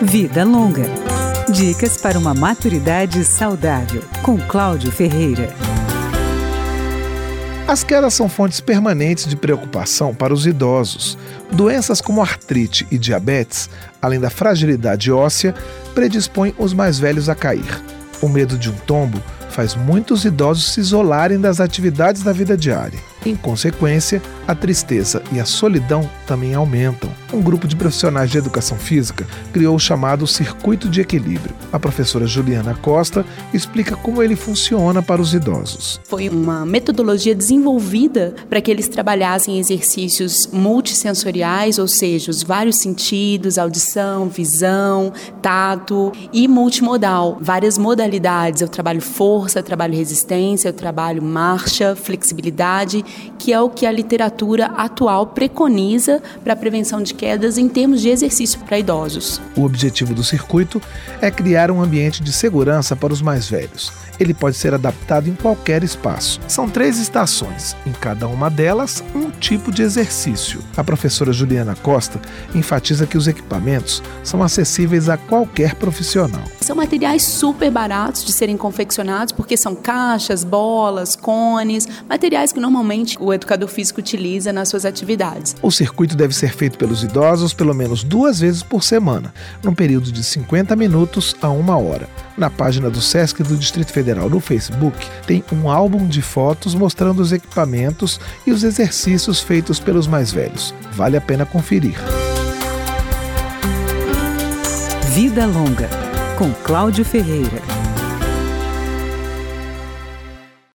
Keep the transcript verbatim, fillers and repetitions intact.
Vida Longa. Dicas para uma maturidade saudável, com Cláudio Ferreira. As quedas são fontes permanentes de preocupação para os idosos. Doenças como artrite e diabetes, além da fragilidade óssea, predispõem os mais velhos a cair. O medo de um tombo faz muitos idosos se isolarem das atividades da vida diária. Em consequência, a tristeza e a solidão também aumentam. Um grupo de profissionais de educação física criou o chamado Circuito de Equilíbrio. A professora Juliana Costa explica como ele funciona para os idosos. Foi uma metodologia desenvolvida para que eles trabalhassem exercícios multissensoriais, ou seja, os vários sentidos, audição, visão, tato, e multimodal, várias modalidades. Eu trabalho força, eu trabalho resistência, eu trabalho marcha, flexibilidade, que é o que a literatura atual preconiza para a prevenção de quedas em termos de exercício para idosos. O objetivo do circuito é criar um ambiente de segurança para os mais velhos. Ele pode ser adaptado em qualquer espaço. São três estações, em cada uma delas um tipo de exercício. A professora Juliana Costa enfatiza que os equipamentos são acessíveis a qualquer profissional. São materiais super baratos de serem confeccionados, porque são caixas, bolas, cones, materiais que normalmente o educador físico utiliza nas suas atividades. O circuito deve ser feito pelos idosos pelo menos duas vezes por semana, num período de cinquenta minutos a uma hora. Na página do Sesc do Distrito Federal no Facebook, tem um álbum de fotos mostrando os equipamentos e os exercícios feitos pelos mais velhos. Vale a pena conferir. Vida Longa, com Cláudio Ferreira.